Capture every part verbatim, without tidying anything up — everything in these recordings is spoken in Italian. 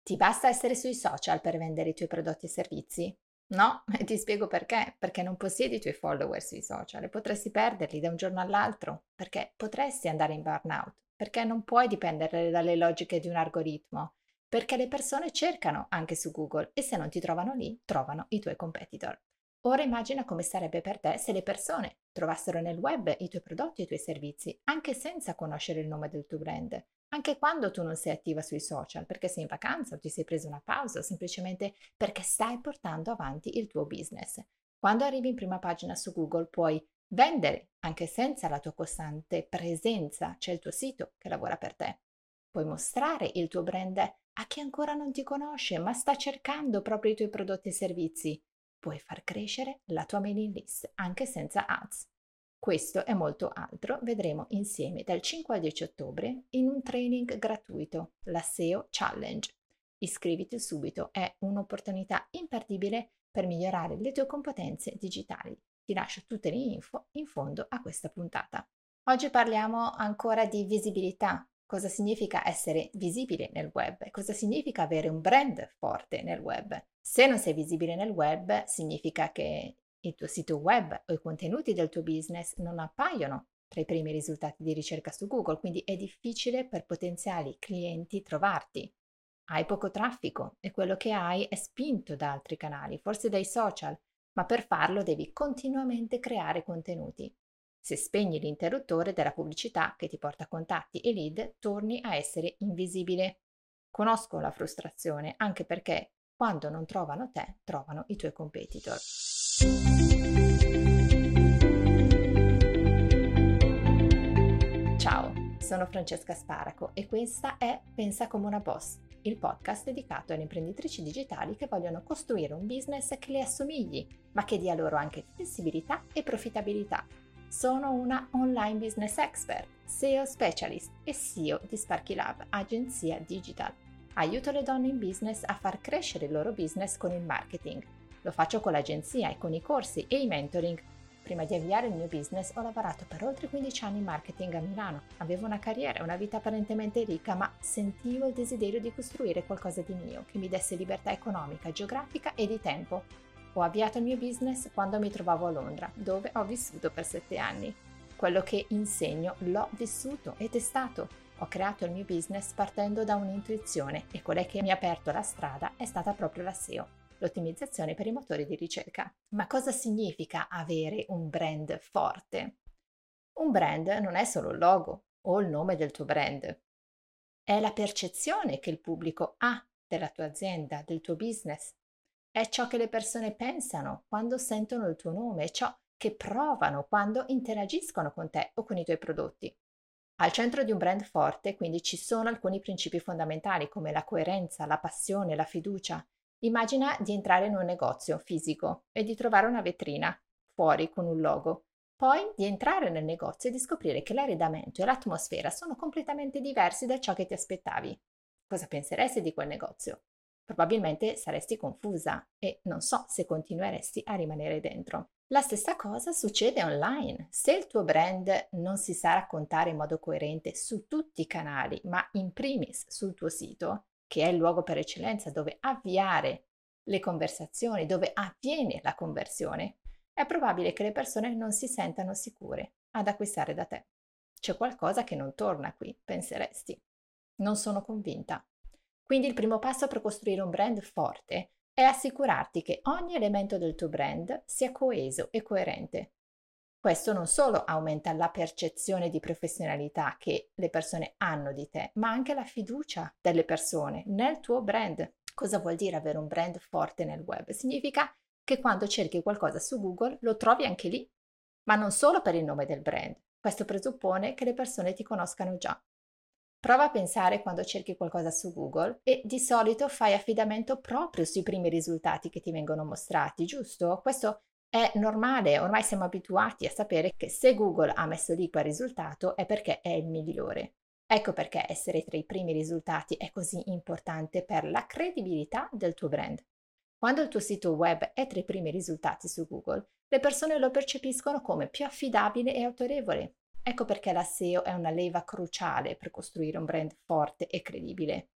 Ti basta essere sui social per vendere i tuoi prodotti e servizi? No, e ti spiego perché. Perché non possiedi i tuoi follower sui social e potresti perderli da un giorno all'altro, perché potresti andare in burnout, perché non puoi dipendere dalle logiche di un algoritmo, perché le persone cercano anche su Google e se non ti trovano lì, trovano i tuoi competitor. Ora immagina come sarebbe per te se le persone trovassero nel web i tuoi prodotti e i tuoi servizi, anche senza conoscere il nome del tuo brand. Anche quando tu non sei attiva sui social, perché sei in vacanza o ti sei presa una pausa o semplicemente perché stai portando avanti il tuo business. Quando arrivi in prima pagina su Google puoi vendere anche senza la tua costante presenza, c'è il tuo sito che lavora per te. Puoi mostrare il tuo brand a chi ancora non ti conosce ma sta cercando proprio i tuoi prodotti e servizi. Puoi far crescere la tua mailing list anche senza ads. Questo e molto altro vedremo insieme dal cinque al dieci ottobre in un training gratuito, la S E O Challenge. Iscriviti subito, è un'opportunità imperdibile per migliorare le tue competenze digitali. Ti lascio tutte le info in fondo a questa puntata. Oggi parliamo ancora di visibilità. Cosa significa essere visibile nel web? Cosa significa avere un brand forte nel web? Se non sei visibile nel web, significa che il tuo sito web o i contenuti del tuo business non appaiono tra i primi risultati di ricerca su Google, quindi è difficile per potenziali clienti trovarti. Hai poco traffico e quello che hai è spinto da altri canali, forse dai social, ma per farlo devi continuamente creare contenuti. Se spegni l'interruttore della pubblicità che ti porta contatti e lead, torni a essere invisibile. Conosco la frustrazione, anche perché quando non trovano te, trovano i tuoi competitor. Ciao, sono Francesca Sparaco e questa è Pensa come una boss, il podcast dedicato alle imprenditrici digitali che vogliono costruire un business che le assomigli, ma che dia loro anche flessibilità e profittabilità. Sono una online business expert, S E O specialist e C E O di Sparky Lab, agenzia digital. Aiuto le donne in business a far crescere il loro business con il marketing. Lo faccio con l'agenzia e con i corsi e i mentoring. Prima di avviare il mio business ho lavorato per oltre quindici anni in marketing a Milano. Avevo una carriera e una vita apparentemente ricca, ma sentivo il desiderio di costruire qualcosa di mio, che mi desse libertà economica, geografica e di tempo. Ho avviato il mio business quando mi trovavo a Londra, dove ho vissuto per sette anni. Quello che insegno l'ho vissuto e testato. Ho creato il mio business partendo da un'intuizione e quella che mi ha aperto la strada è stata proprio la S E O, l'ottimizzazione per i motori di ricerca. Ma cosa significa avere un brand forte? Un brand non è solo il logo o il nome del tuo brand, è la percezione che il pubblico ha della tua azienda, del tuo business. È ciò che le persone pensano quando sentono il tuo nome, è ciò che provano quando interagiscono con te o con i tuoi prodotti. Al centro di un brand forte, quindi, ci sono alcuni principi fondamentali come la coerenza, la passione, la fiducia. Immagina di entrare in un negozio fisico e di trovare una vetrina fuori con un logo. Poi di entrare nel negozio e di scoprire che l'arredamento e l'atmosfera sono completamente diversi da ciò che ti aspettavi. Cosa penseresti di quel negozio? Probabilmente saresti confusa e non so se continueresti a rimanere dentro. La stessa cosa succede online. Se il tuo brand non si sa raccontare in modo coerente su tutti i canali, ma in primis sul tuo sito, che è il luogo per eccellenza dove avviare le conversazioni, dove avviene la conversione, è probabile che le persone non si sentano sicure ad acquistare da te. C'è qualcosa che non torna qui, penseresti. Non sono convinta. Quindi il primo passo per costruire un brand forte è assicurarti che ogni elemento del tuo brand sia coeso e coerente. Questo non solo aumenta la percezione di professionalità che le persone hanno di te, ma anche la fiducia delle persone nel tuo brand. Cosa vuol dire avere un brand forte nel web? Significa che quando cerchi qualcosa su Google lo trovi anche lì, ma non solo per il nome del brand. Questo presuppone che le persone ti conoscano già. Prova a pensare quando cerchi qualcosa su Google e di solito fai affidamento proprio sui primi risultati che ti vengono mostrati, giusto? Questo è normale, ormai siamo abituati a sapere che se Google ha messo lì quel risultato è perché è il migliore. Ecco perché essere tra i primi risultati è così importante per la credibilità del tuo brand. Quando il tuo sito web è tra i primi risultati su Google, le persone lo percepiscono come più affidabile e autorevole. Ecco perché la S E O è una leva cruciale per costruire un brand forte e credibile.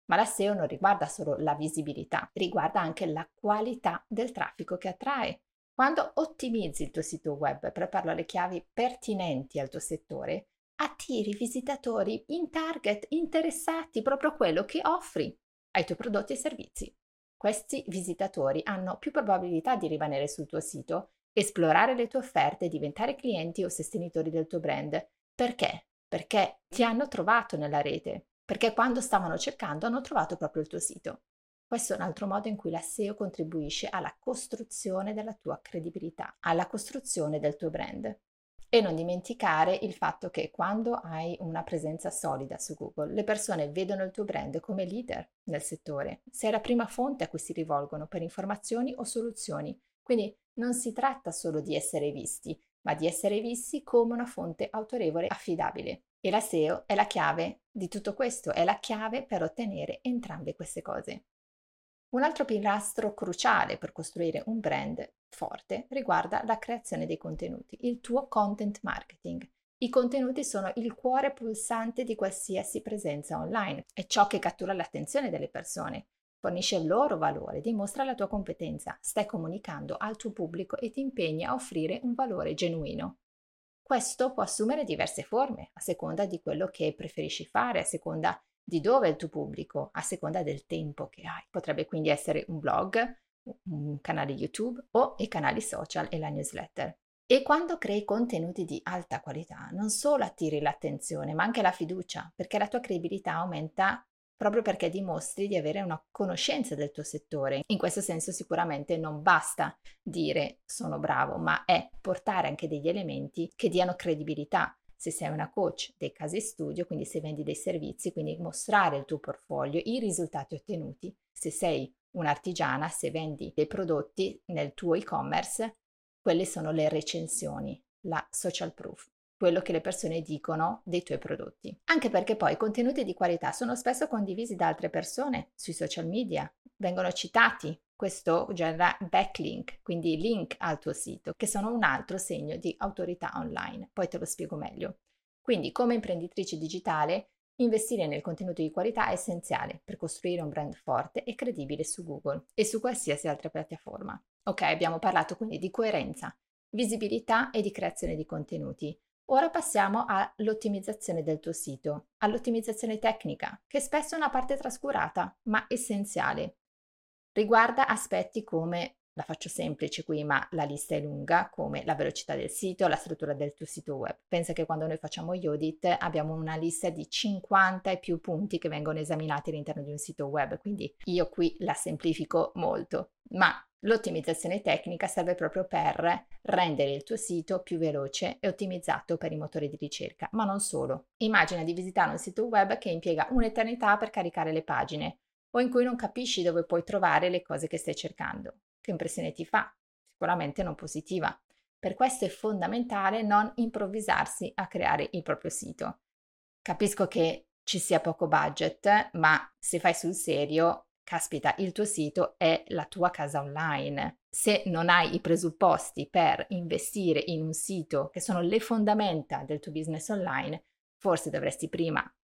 Ma la S E O non riguarda solo la visibilità, riguarda anche la qualità del traffico che attrae. Quando ottimizzi il tuo sito web per parlare chiavi pertinenti al tuo settore, attiri visitatori in target interessati proprio a quello che offri, ai tuoi prodotti e servizi. Questi visitatori hanno più probabilità di rimanere sul tuo sito, esplorare le tue offerte e diventare clienti o sostenitori del tuo brand. Perché? Perché ti hanno trovato nella rete, perché quando stavano cercando hanno trovato proprio il tuo sito. Questo è un altro modo in cui la S E O contribuisce alla costruzione della tua credibilità, alla costruzione del tuo brand. E non dimenticare il fatto che quando hai una presenza solida su Google, le persone vedono il tuo brand come leader nel settore. Sei la prima fonte a cui si rivolgono per informazioni o soluzioni. Quindi non si tratta solo di essere visti, ma di essere visti come una fonte autorevole e affidabile. E la S E O è la chiave di tutto questo, è la chiave per ottenere entrambe queste cose. Un altro pilastro cruciale per costruire un brand forte riguarda la creazione dei contenuti, il tuo content marketing. I contenuti sono il cuore pulsante di qualsiasi presenza online, è ciò che cattura l'attenzione delle persone, fornisce il loro valore, dimostra la tua competenza, stai comunicando al tuo pubblico e ti impegni a offrire un valore genuino. Questo può assumere diverse forme, a seconda di quello che preferisci fare, a seconda di dove è il tuo pubblico, a seconda del tempo che hai. Potrebbe quindi essere un blog, un canale YouTube o i canali social e la newsletter. E quando crei contenuti di alta qualità, non solo attiri l'attenzione, ma anche la fiducia, perché la tua credibilità aumenta proprio perché dimostri di avere una conoscenza del tuo settore. In questo senso sicuramente non basta dire sono bravo, ma è portare anche degli elementi che diano credibilità. Se sei una coach, dei casi studio, quindi se vendi dei servizi, quindi mostrare il tuo portfolio, i risultati ottenuti. Se sei un'artigiana, se vendi dei prodotti nel tuo e-commerce, quelle sono le recensioni, la social proof, quello che le persone dicono dei tuoi prodotti. Anche perché poi i contenuti di qualità sono spesso condivisi da altre persone sui social media, vengono citati. Questo genera backlink, quindi link al tuo sito, che sono un altro segno di autorità online. Poi te lo spiego meglio. Quindi, come imprenditrice digitale, investire nel contenuto di qualità è essenziale per costruire un brand forte e credibile su Google e su qualsiasi altra piattaforma. Ok, abbiamo parlato quindi di coerenza, visibilità e di creazione di contenuti. Ora passiamo all'ottimizzazione del tuo sito, all'ottimizzazione tecnica, che spesso è una parte trascurata, ma essenziale. Riguarda aspetti come, la faccio semplice qui, ma la lista è lunga, come la velocità del sito, la struttura del tuo sito web. Pensa che quando noi facciamo gli audit abbiamo una lista di cinquanta e più punti che vengono esaminati all'interno di un sito web, quindi io qui la semplifico molto, ma l'ottimizzazione tecnica serve proprio per rendere il tuo sito più veloce e ottimizzato per i motori di ricerca, ma non solo. Immagina di visitare un sito web che impiega un'eternità per caricare le pagine o in cui non capisci dove puoi trovare le cose che stai cercando. Che impressione ti fa? Sicuramente non positiva. Per questo è fondamentale non improvvisarsi a creare il proprio sito. Capisco che ci sia poco budget, ma se fai sul serio, caspita, il tuo sito è la tua casa online. Se non hai i presupposti per investire in un sito che sono le fondamenta del tuo business online, forse dovresti prima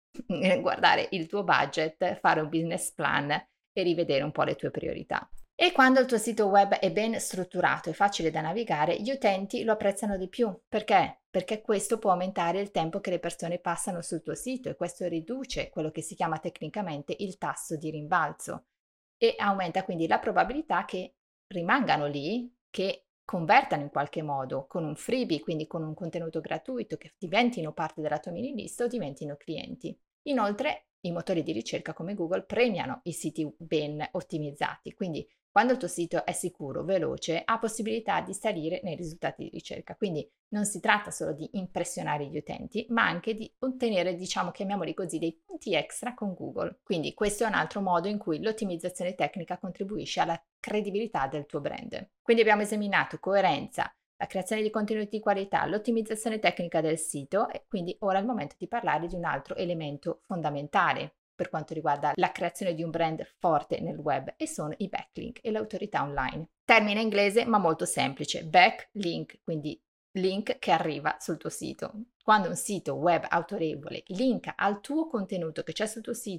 guardare il tuo budget, fare un business plan e rivedere un po' le tue priorità. E quando il tuo sito web è ben strutturato e facile da navigare, gli utenti lo apprezzano di più. Perché? Perché questo può aumentare il tempo che le persone passano sul tuo sito e questo riduce quello che si chiama tecnicamente il tasso di rimbalzo e aumenta quindi la probabilità che rimangano lì, che convertano in qualche modo con un freebie, quindi con un contenuto gratuito, che diventino parte della tua mailing list o diventino clienti. Inoltre, i motori di ricerca come Google premiano i siti ben ottimizzati, quindi quando il tuo sito è sicuro, veloce, ha possibilità di salire nei risultati di ricerca. Quindi non si tratta solo di impressionare gli utenti, ma anche di ottenere, diciamo, chiamiamoli così, dei punti extra con Google. Quindi questo è un altro modo in cui l'ottimizzazione tecnica contribuisce alla credibilità del tuo brand. Quindi abbiamo esaminato coerenza, la creazione di contenuti di qualità, l'ottimizzazione tecnica del sito e quindi ora è il momento di parlare di un altro elemento fondamentale per quanto riguarda la creazione di un brand forte nel web e sono i backlink e l'autorità online. Termine inglese ma molto semplice, backlink, quindi link che arriva sul tuo sito. Quando un sito web autorevole linka al tuo contenuto che c'è sul tuo sito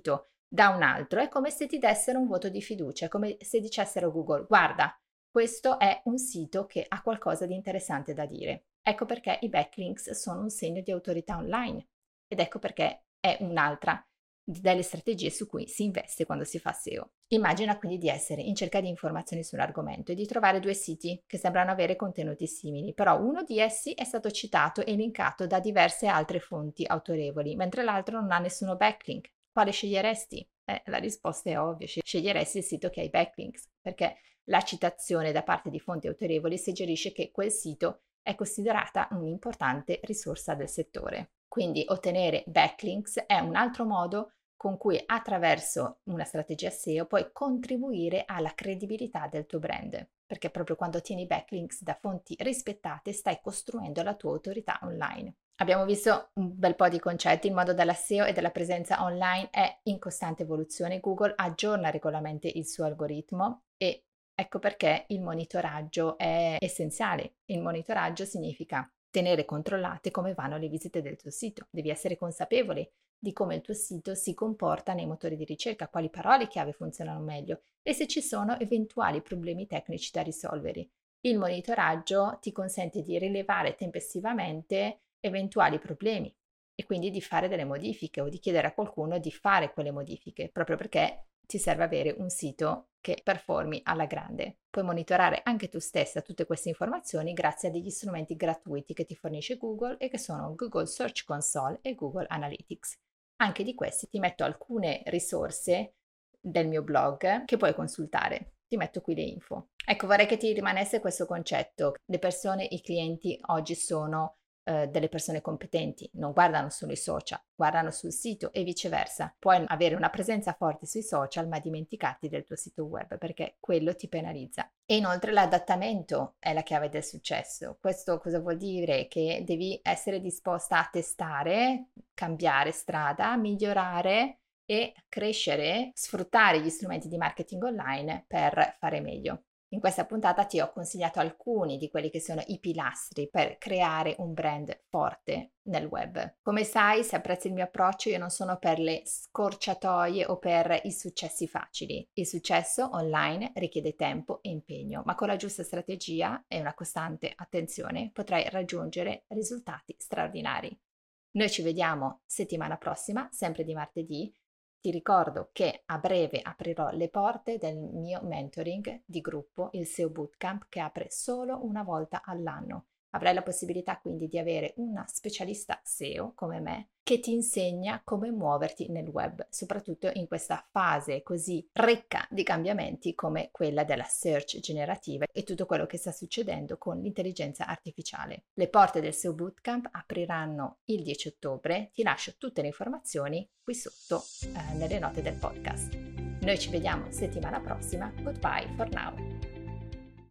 da un altro, è come se ti dessero un voto di fiducia, è come se dicessero a Google: guarda, questo è un sito che ha qualcosa di interessante da dire. Ecco perché i backlinks sono un segno di autorità online ed ecco perché è un'altra delle strategie su cui si investe quando si fa S E O. Immagina quindi di essere in cerca di informazioni sull'argomento e di trovare due siti che sembrano avere contenuti simili, però uno di essi è stato citato e linkato da diverse altre fonti autorevoli, mentre l'altro non ha nessuno backlink. Quale sceglieresti? Eh, la risposta è ovvia, sceglieresti il sito che ha i backlinks, perché la citazione da parte di fonti autorevoli suggerisce che quel sito è considerata un'importante risorsa del settore. Quindi ottenere backlinks è un altro modo con cui attraverso una strategia S E O puoi contribuire alla credibilità del tuo brand, perché proprio quando ottieni backlinks da fonti rispettate stai costruendo la tua autorità online. Abbiamo visto un bel po' di concetti, il mondo della S E O e della presenza online è in costante evoluzione, Google aggiorna regolarmente il suo algoritmo e ecco perché il monitoraggio è essenziale. Il monitoraggio significa tenere controllate come vanno le visite del tuo sito, devi essere consapevole di come il tuo sito si comporta nei motori di ricerca, quali parole chiave funzionano meglio e se ci sono eventuali problemi tecnici da risolvere. Il monitoraggio ti consente di rilevare tempestivamente eventuali problemi e quindi di fare delle modifiche o di chiedere a qualcuno di fare quelle modifiche, proprio perché ti serve avere un sito che performi alla grande. Puoi monitorare anche tu stessa tutte queste informazioni grazie a degli strumenti gratuiti che ti fornisce Google e che sono Google Search Console e Google Analytics. Anche di questi ti metto alcune risorse del mio blog che puoi consultare. Ti metto qui le info. Ecco, vorrei che ti rimanesse questo concetto. Le persone, i clienti oggi sono eh, delle persone competenti, non guardano solo i social, guardano sul sito e viceversa. Puoi avere una presenza forte sui social ma dimenticarti del tuo sito web perché quello ti penalizza. E inoltre l'adattamento è la chiave del successo. Questo cosa vuol dire? Che devi essere disposta a testare, cambiare strada, migliorare e crescere, sfruttare gli strumenti di marketing online per fare meglio. In questa puntata ti ho consigliato alcuni di quelli che sono i pilastri per creare un brand forte nel web. Come sai, se apprezzi il mio approccio, io non sono per le scorciatoie o per i successi facili. Il successo online richiede tempo e impegno, ma con la giusta strategia e una costante attenzione potrai raggiungere risultati straordinari. Noi ci vediamo settimana prossima, sempre di martedì. Ti ricordo che a breve aprirò le porte del mio mentoring di gruppo, il S E O Bootcamp, che apre solo una volta all'anno. Avrai la possibilità quindi di avere una specialista S E O come me che ti insegna come muoverti nel web, soprattutto in questa fase così ricca di cambiamenti come quella della search generativa e tutto quello che sta succedendo con l'intelligenza artificiale. Le porte del S E O Bootcamp apriranno il dieci ottobre, ti lascio tutte le informazioni qui sotto eh, nelle note del podcast. Noi ci vediamo settimana prossima, goodbye for now!